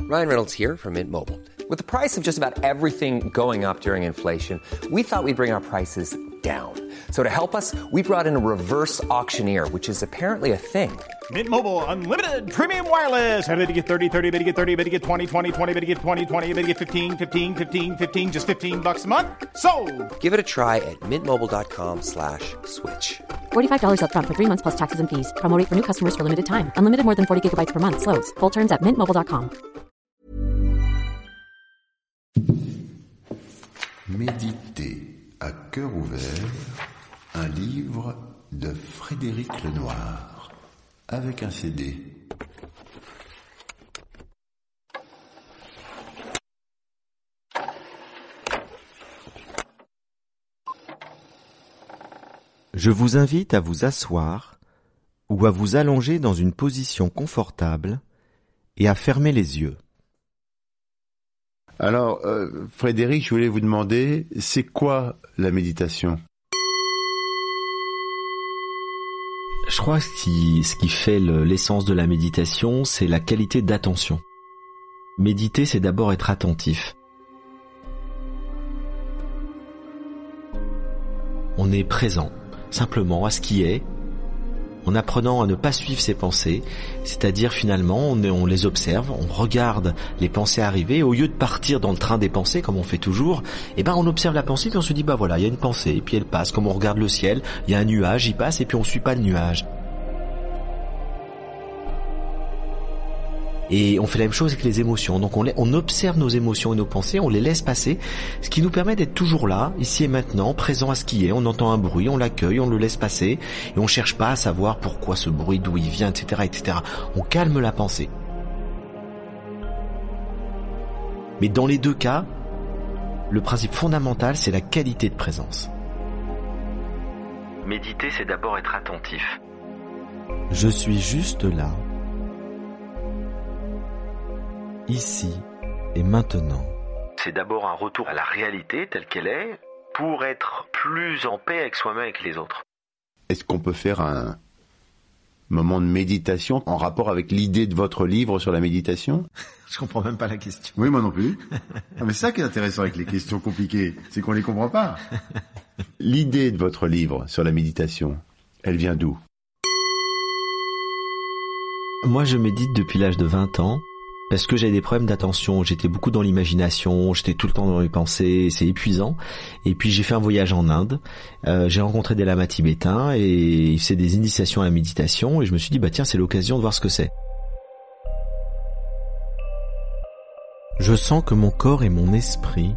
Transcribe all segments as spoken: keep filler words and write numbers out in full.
Ryan Reynolds here from Mint Mobile. With the price of just about everything going up during inflation, we thought we'd bring our prices down. So to help us, we brought in a reverse auctioneer, which is apparently a thing. Mint Mobile Unlimited Premium Wireless. How to get thirty, thirty, how to get thirty, how to get twenty, twenty, twenty, how to get twenty, twenty, how to get fifteen, fifteen, fifteen, fifteen, just fifteen bucks a month? Sold! Give it a try at mintmobile.com slash switch. forty-five dollars up front for three months plus taxes and fees. Promo rate for new customers for limited time. Unlimited more than forty gigabytes per month. Slows full terms at mint mobile dot com. Méditer à cœur ouvert, un livre de Frédéric Lenoir, avec un C D. Je vous invite à vous asseoir ou à vous allonger dans une position confortable et à fermer les yeux. Alors, euh, Frédéric, je voulais vous demander, c'est quoi la méditation ? Je crois que ce qui, ce qui fait le, l'essence de la méditation, c'est la qualité d'attention. Méditer, c'est d'abord être attentif. On est présent, simplement, à ce qui est, en apprenant à ne pas suivre ses pensées, c'est-à-dire finalement on, on les observe, on regarde les pensées arriver, et au lieu de partir dans le train des pensées comme on fait toujours, eh ben on observe la pensée puis on se dit bah voilà, il y a une pensée et puis elle passe, comme on regarde le ciel, il y a un nuage, il passe et puis on suit pas le nuage. Et on fait la même chose avec les émotions. Donc on, les, on observe nos émotions et nos pensées, on les laisse passer, ce qui nous permet d'être toujours là, ici et maintenant, présent à ce qui est. On entend un bruit, on l'accueille, on le laisse passer, et on cherche pas à savoir pourquoi ce bruit, d'où il vient, et cetera, et cetera. On calme la pensée. Mais dans les deux cas, le principe fondamental, c'est la qualité de présence. Méditer, c'est d'abord être attentif. Je suis juste là, ici et maintenant. C'est d'abord un retour à la réalité telle qu'elle est pour être plus en paix avec soi-même et avec les autres. Est-ce qu'on peut faire un moment de méditation en rapport avec l'idée de votre livre sur la méditation ? Je comprends même pas la question. Oui, moi non plus. Ah, mais c'est ça qui est intéressant avec les questions compliquées, c'est qu'on les comprend pas. L'idée de votre livre sur la méditation, elle vient d'où ? Moi, je médite depuis l'âge de vingt ans. Parce que j'avais des problèmes d'attention, j'étais beaucoup dans l'imagination, j'étais tout le temps dans les pensées, c'est épuisant. Et puis j'ai fait un voyage en Inde, euh, j'ai rencontré des lamas tibétains et c'est des initiations à la méditation et je me suis dit bah tiens c'est l'occasion de voir ce que c'est. Je sens que mon corps et mon esprit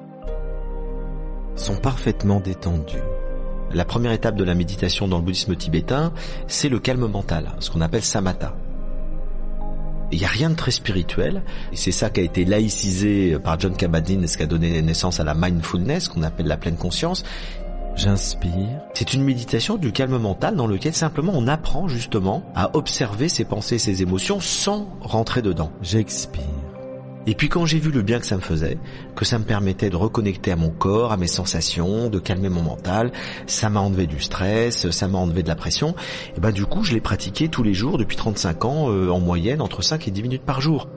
sont parfaitement détendus. La première étape de la méditation dans le bouddhisme tibétain, c'est le calme mental, ce qu'on appelle samatha. Il n'y a rien de très spirituel, et c'est ça qui a été laïcisé par Jon Kabat-Zinn et ce qui a donné naissance à la mindfulness, qu'on appelle la pleine conscience. J'inspire. C'est une méditation du calme mental dans lequel simplement on apprend justement à observer ses pensées et ses émotions sans rentrer dedans. J'expire. Et puis quand j'ai vu le bien que ça me faisait, que ça me permettait de reconnecter à mon corps, à mes sensations, de calmer mon mental, ça m'a enlevé du stress, ça m'a enlevé de la pression, et ben du coup je l'ai pratiqué tous les jours depuis trente-cinq ans, euh, en moyenne entre cinq et dix minutes par jour.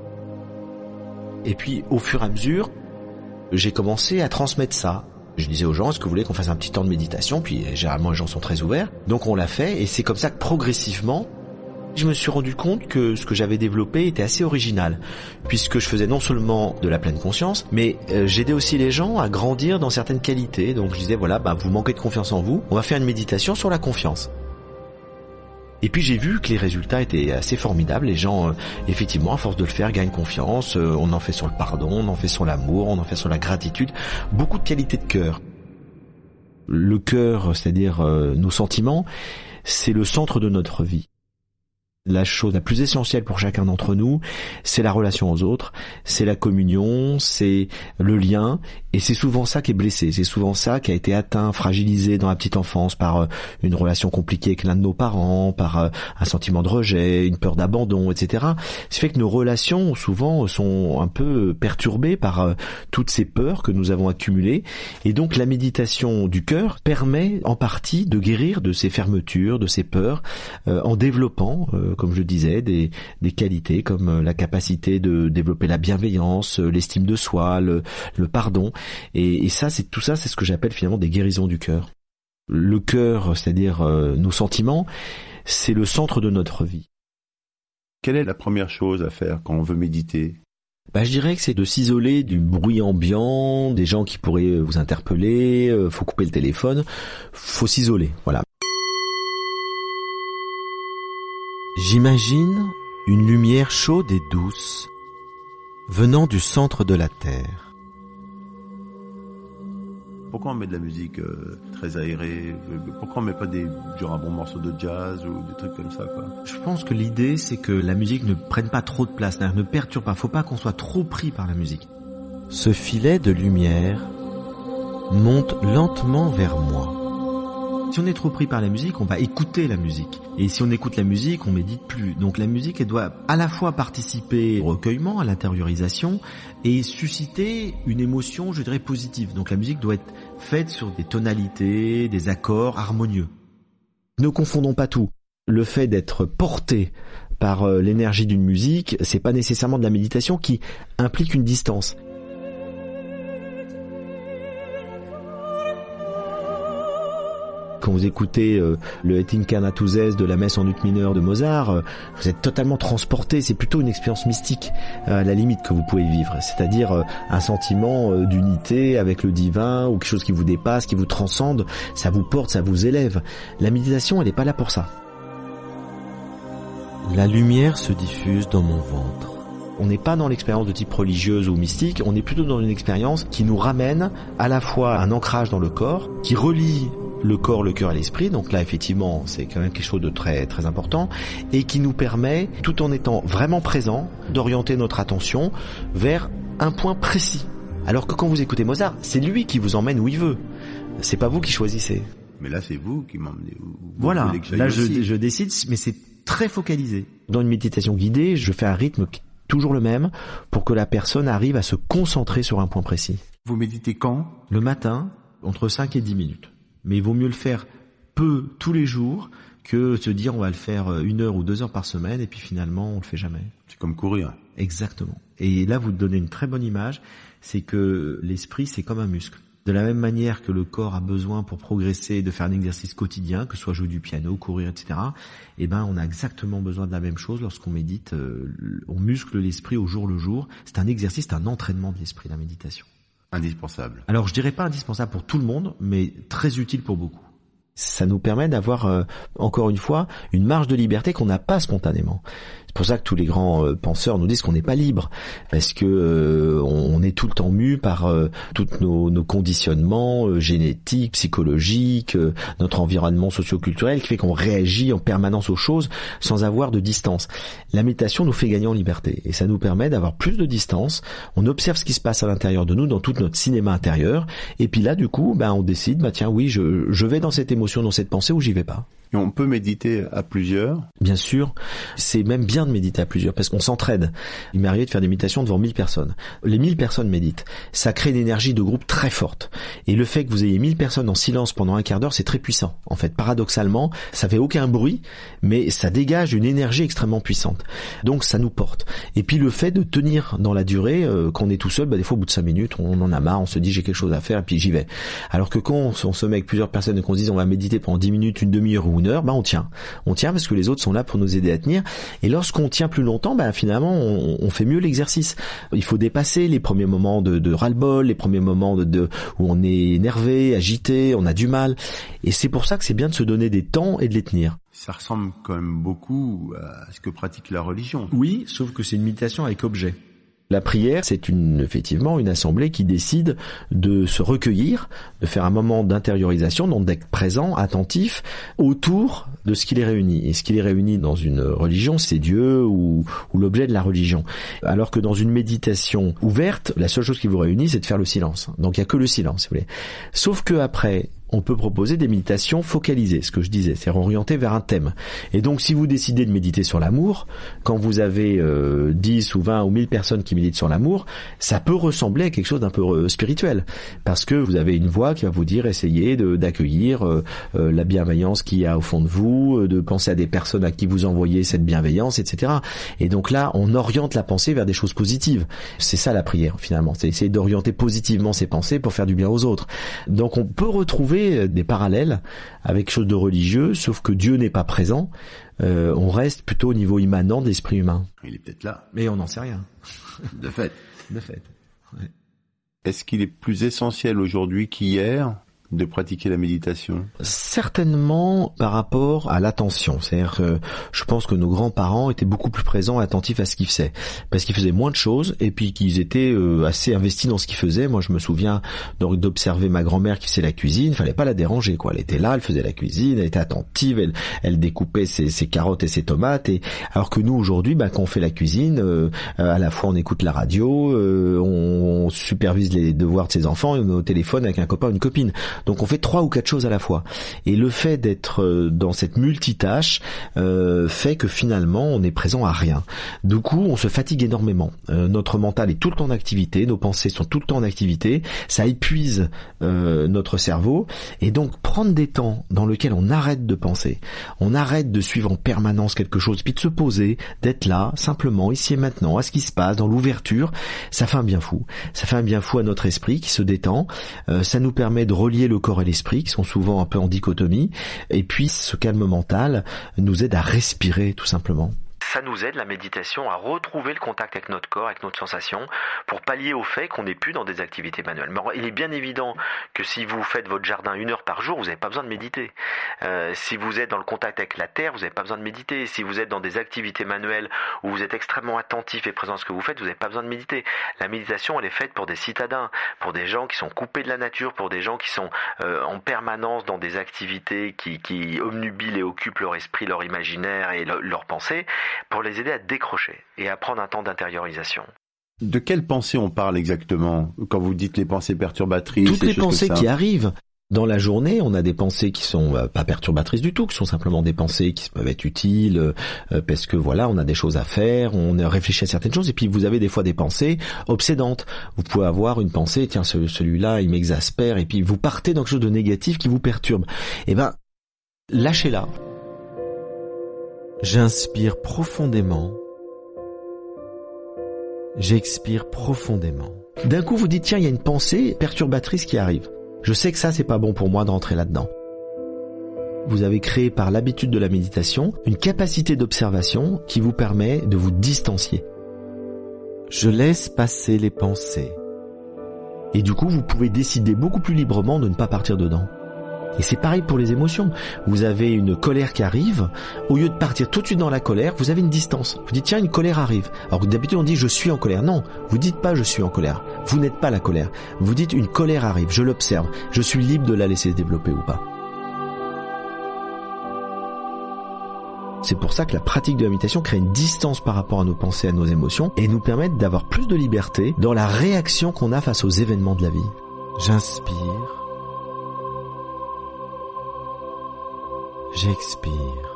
Et puis au fur et à mesure, j'ai commencé à transmettre ça. Je disais aux gens, est-ce que vous voulez qu'on fasse un petit temps de méditation ? Puis généralement les gens sont très ouverts, donc on l'a fait, et c'est comme ça que progressivement, je me suis rendu compte que ce que j'avais développé était assez original, puisque je faisais non seulement de la pleine conscience, mais euh, j'aidais aussi les gens à grandir dans certaines qualités. Donc je disais, voilà, bah, vous manquez de confiance en vous, on va faire une méditation sur la confiance. Et puis j'ai vu que les résultats étaient assez formidables. Les gens, euh, effectivement, à force de le faire, gagnent confiance. Euh, on en fait sur le pardon, on en fait sur l'amour, on en fait sur la gratitude. Beaucoup de qualités de cœur. Le cœur, c'est-à-dire euh, nos sentiments, c'est le centre de notre vie. La chose la plus essentielle pour chacun d'entre nous, c'est la relation aux autres, c'est la communion, c'est le lien, et c'est souvent ça qui est blessé, c'est souvent ça qui a été atteint, fragilisé dans la petite enfance par une relation compliquée avec l'un de nos parents, par un sentiment de rejet, une peur d'abandon, et cetera. Ce fait que nos relations, souvent, sont un peu perturbées par toutes ces peurs que nous avons accumulées, et donc la méditation du cœur permet en partie de guérir de ces fermetures, de ces peurs, euh, en développant, euh, comme je disais, des, des qualités comme la capacité de développer la bienveillance, l'estime de soi, le, le pardon. Et, et ça, c'est tout ça, c'est ce que j'appelle finalement des guérisons du cœur. Le cœur, c'est-à-dire euh, nos sentiments, c'est le centre de notre vie. Quelle est la première chose à faire quand on veut méditer ? Bah, je dirais que c'est de s'isoler du bruit ambiant, des gens qui pourraient vous interpeller, euh, faut couper le téléphone, faut s'isoler, voilà. J'imagine une lumière chaude et douce venant du centre de la Terre. Pourquoi on met de la musique euh, très aérée ? Pourquoi on met pas des genre un bon morceau de jazz ou des trucs comme ça, quoi ? Je pense que l'idée, c'est que la musique ne prenne pas trop de place, ne perturbe pas. Faut pas qu'on soit trop pris par la musique. Ce filet de lumière monte lentement vers moi. Si on est trop pris par la musique, on va écouter la musique. Et si on écoute la musique, on médite plus. Donc la musique, elle doit à la fois participer au recueillement, à l'intériorisation, et susciter une émotion, je dirais, positive. Donc la musique doit être faite sur des tonalités, des accords harmonieux. Ne confondons pas tout. Le fait d'être porté par l'énergie d'une musique, c'est pas nécessairement de la méditation qui implique une distance. Quand vous écoutez euh, le Et incarnatus de la messe en ut mineur de Mozart, euh, vous êtes totalement transporté. C'est plutôt une expérience mystique, euh, à la limite, que vous pouvez vivre. C'est-à-dire euh, un sentiment euh, d'unité avec le divin ou quelque chose qui vous dépasse, qui vous transcende. Ça vous porte, ça vous élève. La méditation, elle n'est pas là pour ça. La lumière se diffuse dans mon ventre. On n'est pas dans l'expérience de type religieuse ou mystique, on est plutôt dans une expérience qui nous ramène à la fois à un ancrage dans le corps, qui relie le corps, le cœur et l'esprit, donc là effectivement c'est quand même quelque chose de très très important, et qui nous permet, tout en étant vraiment présent, d'orienter notre attention vers un point précis. Alors que quand vous écoutez Mozart, c'est lui qui vous emmène où il veut, c'est pas vous qui choisissez. Mais là c'est vous qui m'emmenez où vous voilà, voulez que j'aille là aussi. je, je décide, mais c'est très focalisé. Dans une méditation guidée, je fais un rythme toujours le même pour que la personne arrive à se concentrer sur un point précis. Vous méditez quand ? Le matin, entre cinq et dix minutes. Mais il vaut mieux le faire peu tous les jours que se dire on va le faire une heure ou deux heures par semaine et puis finalement on le fait jamais. C'est comme courir. Exactement. Et là vous donnez une très bonne image, c'est que l'esprit c'est comme un muscle. De la même manière que le corps a besoin pour progresser de faire un exercice quotidien, que ce soit jouer du piano, courir, et cetera, eh ben on a exactement besoin de la même chose lorsqu'on médite. Euh, on muscle l'esprit au jour le jour. C'est un exercice, c'est un entraînement de l'esprit, la méditation. Indispensable. Alors je dirais pas indispensable pour tout le monde, mais très utile pour beaucoup. Ça nous permet d'avoir, euh, encore une fois, une marge de liberté qu'on n'a pas spontanément. C'est pour ça que tous les grands euh, penseurs nous disent qu'on n'est pas libre, parce que euh, on, on est tout le temps mu par euh, tous nos, nos conditionnements euh, génétiques, psychologiques, euh, notre environnement socio-culturel qui fait qu'on réagit en permanence aux choses sans avoir de distance. La méditation nous fait gagner en liberté et ça nous permet d'avoir plus de distance. On observe ce qui se passe à l'intérieur de nous, dans tout notre cinéma intérieur, et puis là du coup, ben on décide, bah tiens oui, je, je vais dans cette émotion, dans cette pensée, ou j'y vais pas. Et on peut méditer à plusieurs ? Bien sûr, c'est même bien de méditer à plusieurs parce qu'on s'entraide. Il m'est arrivé de faire des méditations devant mille personnes. Les mille personnes méditent. Ça crée une énergie de groupe très forte. Et le fait que vous ayez mille personnes en silence pendant un quart d'heure, c'est très puissant. En fait, paradoxalement, ça fait aucun bruit, mais ça dégage une énergie extrêmement puissante. Donc ça nous porte. Et puis le fait de tenir dans la durée, euh, quand on est tout seul, bah, des fois au bout de cinq minutes, on en a marre, on se dit j'ai quelque chose à faire et puis j'y vais. Alors que quand on, on se met avec plusieurs personnes et qu'on se dit on va méditer pendant dix minutes, une demi-heure ou une heure, bah on tient. On tient parce que les autres sont là pour nous aider à tenir. Et lorsqu'on tient plus longtemps, bah finalement on, on fait mieux l'exercice. Il faut dépasser les premiers moments de, de ras-le-bol, les premiers moments de, de où on est énervé, agité, on a du mal. Et c'est pour ça que c'est bien de se donner des temps et de les tenir. Ça ressemble quand même beaucoup à ce que pratique la religion. Oui, sauf que c'est une méditation avec objet. La prière, c'est une, effectivement une assemblée qui décide de se recueillir, de faire un moment d'intériorisation, donc d'être présent, attentif, autour de ce qui les réunit. Et ce qui les réunit dans une religion, c'est Dieu ou, ou l'objet de la religion. Alors que dans une méditation ouverte, la seule chose qui vous réunit, c'est de faire le silence. Donc il n'y a que le silence, si vous voulez. Sauf que après, on peut proposer des méditations focalisées, ce que je disais, c'est orienté vers un thème. Et donc si vous décidez de méditer sur l'amour, quand vous avez euh, dix ou vingt ou mille personnes qui méditent sur l'amour, ça peut ressembler à quelque chose d'un peu euh, spirituel, parce que vous avez une voix qui va vous dire essayez de, d'accueillir euh, euh, la bienveillance qu'il y a au fond de vous, euh, de penser à des personnes à qui vous envoyez cette bienveillance, et cetera. Et donc là, on oriente la pensée vers des choses positives. C'est ça la prière finalement, c'est essayer d'orienter positivement ses pensées pour faire du bien aux autres. Donc on peut retrouver des parallèles avec quelque chose de religieux, sauf que Dieu n'est pas présent. Euh, on reste plutôt au niveau immanent de l'esprit humain. Il est peut-être là. Mais on n'en sait rien. De fait. De fait. Ouais. Est-ce qu'il est plus essentiel aujourd'hui qu'hier de pratiquer la méditation? Certainement par rapport à l'attention. C'est-à-dire que je pense que nos grands-parents étaient beaucoup plus présents et attentifs à ce qu'ils faisaient. Parce qu'ils faisaient moins de choses et puis qu'ils étaient euh, assez investis dans ce qu'ils faisaient. Moi, je me souviens d'observer ma grand-mère qui faisait la cuisine. Il fallait pas la déranger, quoi. Elle était là, elle faisait la cuisine, elle était attentive, elle, elle découpait ses, ses carottes et ses tomates. Et alors que nous, aujourd'hui, bah, quand on fait la cuisine, euh, à la fois on écoute la radio, euh, on supervise les devoirs de ses enfants et on est au téléphone avec un copain ou une copine. Donc on fait trois ou quatre choses à la fois. Et le fait d'être dans cette multitâche euh, fait que finalement on est présent à rien. Du coup on se fatigue énormément. Euh, notre mental est tout le temps en activité, nos pensées sont tout le temps en activité, ça épuise euh, notre cerveau. Et donc prendre des temps dans lesquels on arrête de penser, on arrête de suivre en permanence quelque chose, puis de se poser, d'être là, simplement, ici et maintenant, à ce qui se passe, dans l'ouverture, ça fait un bien fou. Ça fait un bien fou à notre esprit qui se détend, euh, ça nous permet de relier le corps et l'esprit qui sont souvent un peu en dichotomie, et puis ce calme mental nous aide à respirer tout simplement. Ça nous aide, la méditation, à retrouver le contact avec notre corps, avec notre sensation, pour pallier au fait qu'on n'est plus dans des activités manuelles. Mais il est bien évident que si vous faites votre jardin une heure par jour, vous n'avez pas besoin de méditer. Euh, si vous êtes dans le contact avec la terre, vous n'avez pas besoin de méditer. Si vous êtes dans des activités manuelles où vous êtes extrêmement attentif et présent à ce que vous faites, vous n'avez pas besoin de méditer. La méditation, elle est faite pour des citadins, pour des gens qui sont coupés de la nature, pour des gens qui sont euh, en permanence dans des activités qui, qui obnubilent et occupent leur esprit, leur imaginaire et le, leur pensée, pour les aider à décrocher et à prendre un temps d'intériorisation. De quelles pensées on parle exactement quand vous dites les pensées perturbatrices? Toutes les pensées qui arrivent. Dans la journée, on a des pensées qui sont euh, pas perturbatrices du tout, qui sont simplement des pensées qui peuvent être utiles, euh, parce que voilà, on a des choses à faire, on réfléchit à certaines choses, et puis vous avez des fois des pensées obsédantes. Vous pouvez avoir une pensée, tiens, celui-là, il m'exaspère, et puis vous partez dans quelque chose de négatif qui vous perturbe. Eh ben, lâchez-la. J'inspire profondément. J'expire profondément. D'un coup, vous dites, tiens, il y a une pensée perturbatrice qui arrive. Je sais que ça, c'est pas bon pour moi de rentrer là-dedans. Vous avez créé par l'habitude de la méditation une capacité d'observation qui vous permet de vous distancier. Je laisse passer les pensées. Et du coup, vous pouvez décider beaucoup plus librement de ne pas partir dedans. Et c'est pareil pour les émotions. Vous avez une colère qui arrive, au lieu de partir tout de suite dans la colère, vous avez une distance. Vous dites tiens, une colère arrive. Alors que d'habitude on dit je suis en colère. Non, vous dites pas je suis en colère. Vous n'êtes pas la colère. Vous dites une colère arrive, je l'observe. Je suis libre de la laisser se développer ou pas. C'est pour ça que la pratique de la méditation crée une distance par rapport à nos pensées, à nos émotions, et nous permet d'avoir plus de liberté dans la réaction qu'on a face aux événements de la vie. J'inspire. J'expire.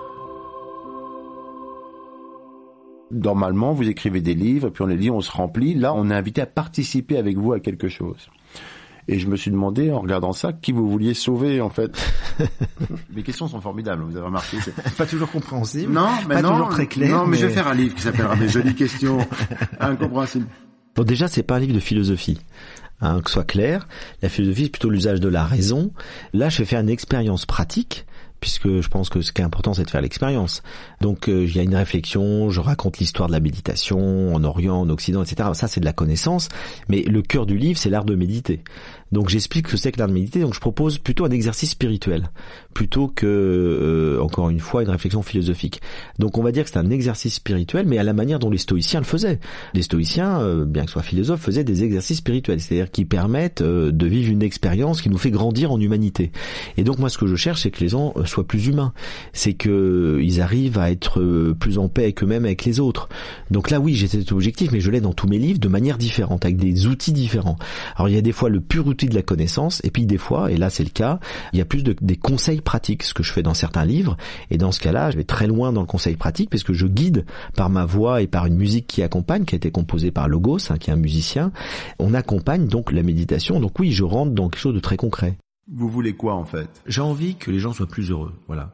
Normalement, vous écrivez des livres, puis on les lit, on se remplit. Là, on est invité à participer avec vous à quelque chose. Et je me suis demandé, en regardant ça, qui vous vouliez sauver, en fait. Les questions sont formidables, vous avez remarqué. C'est pas toujours compréhensible. Non, mais pas non, toujours très clair. Non, mais, mais je vais faire un livre qui s'appellera Mes jolies questions incompréhensibles. Bon, déjà, c'est pas un livre de philosophie. Hein, que ce soit clair. La philosophie, c'est plutôt l'usage de la raison. Là, je vais faire une expérience pratique, puisque je pense que ce qui est important, c'est de faire l'expérience. Donc, euh, il y a une réflexion, je raconte l'histoire de la méditation en Orient, en Occident, et cetera. Ça, c'est de la connaissance, mais le cœur du livre, c'est l'art de méditer. Donc, j'explique ce que c'est que l'art de méditer, donc je propose plutôt un exercice spirituel, plutôt que, euh, encore une fois, une réflexion philosophique. Donc, on va dire que c'est un exercice spirituel, mais à la manière dont les stoïciens le faisaient. Les stoïciens, euh, bien que ce soit philosophes, faisaient des exercices spirituels, c'est-à-dire qui permettent euh, de vivre une expérience qui nous fait grandir en humanité. Et donc, moi, ce que je cherche, c'est que les gens euh, soient plus humains. C'est que ils arrivent à être plus en paix avec eux-mêmes, avec les autres. Donc là, oui, j'ai cet objectif, mais je l'ai dans tous mes livres de manière différente, avec des outils différents. Alors il y a des fois le pur outil de la connaissance, et puis des fois, et là c'est le cas, il y a plus de, des conseils pratiques, ce que je fais dans certains livres. Et dans ce cas-là, je vais très loin dans le conseil pratique, parce que je guide par ma voix et par une musique qui accompagne, qui a été composée par Logos, hein, qui est un musicien. On accompagne donc la méditation. Donc oui, je rentre dans quelque chose de très concret. Vous voulez quoi en fait? J'ai envie que les gens soient plus heureux, voilà.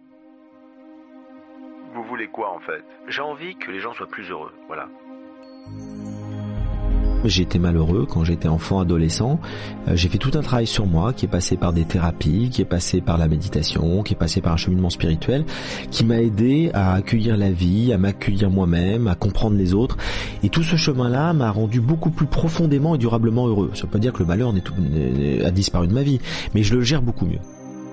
Vous voulez quoi en fait? J'ai envie que les gens soient plus heureux, voilà. J'ai été malheureux quand j'étais enfant, adolescent. Euh, j'ai fait tout un travail sur moi qui est passé par des thérapies, qui est passé par la méditation, qui est passé par un cheminement spirituel, qui m'a aidé à accueillir la vie, à m'accueillir moi-même, à comprendre les autres. Et tout ce chemin-là m'a rendu beaucoup plus profondément et durablement heureux. Ça veut pas dire que le malheur n'est tout, n'est, a disparu de ma vie, mais je le gère beaucoup mieux.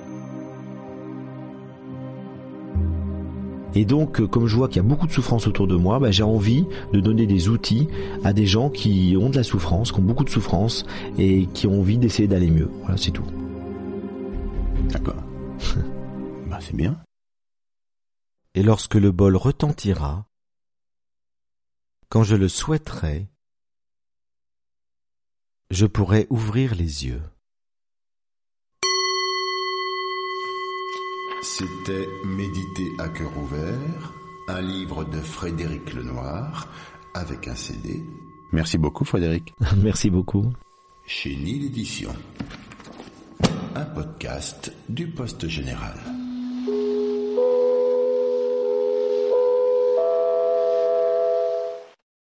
Et donc, comme je vois qu'il y a beaucoup de souffrance autour de moi, bah, j'ai envie de donner des outils à des gens qui ont de la souffrance, qui ont beaucoup de souffrance et qui ont envie d'essayer d'aller mieux. Voilà, c'est tout. D'accord. Bah, c'est bien. Et lorsque le bol retentira, quand je le souhaiterai, je pourrai ouvrir les yeux. C'était Méditer à cœur ouvert, un livre de Frédéric Lenoir, avec un C D. Merci beaucoup Frédéric. Merci beaucoup. Chez Nil Édition. Un podcast du Poste Général.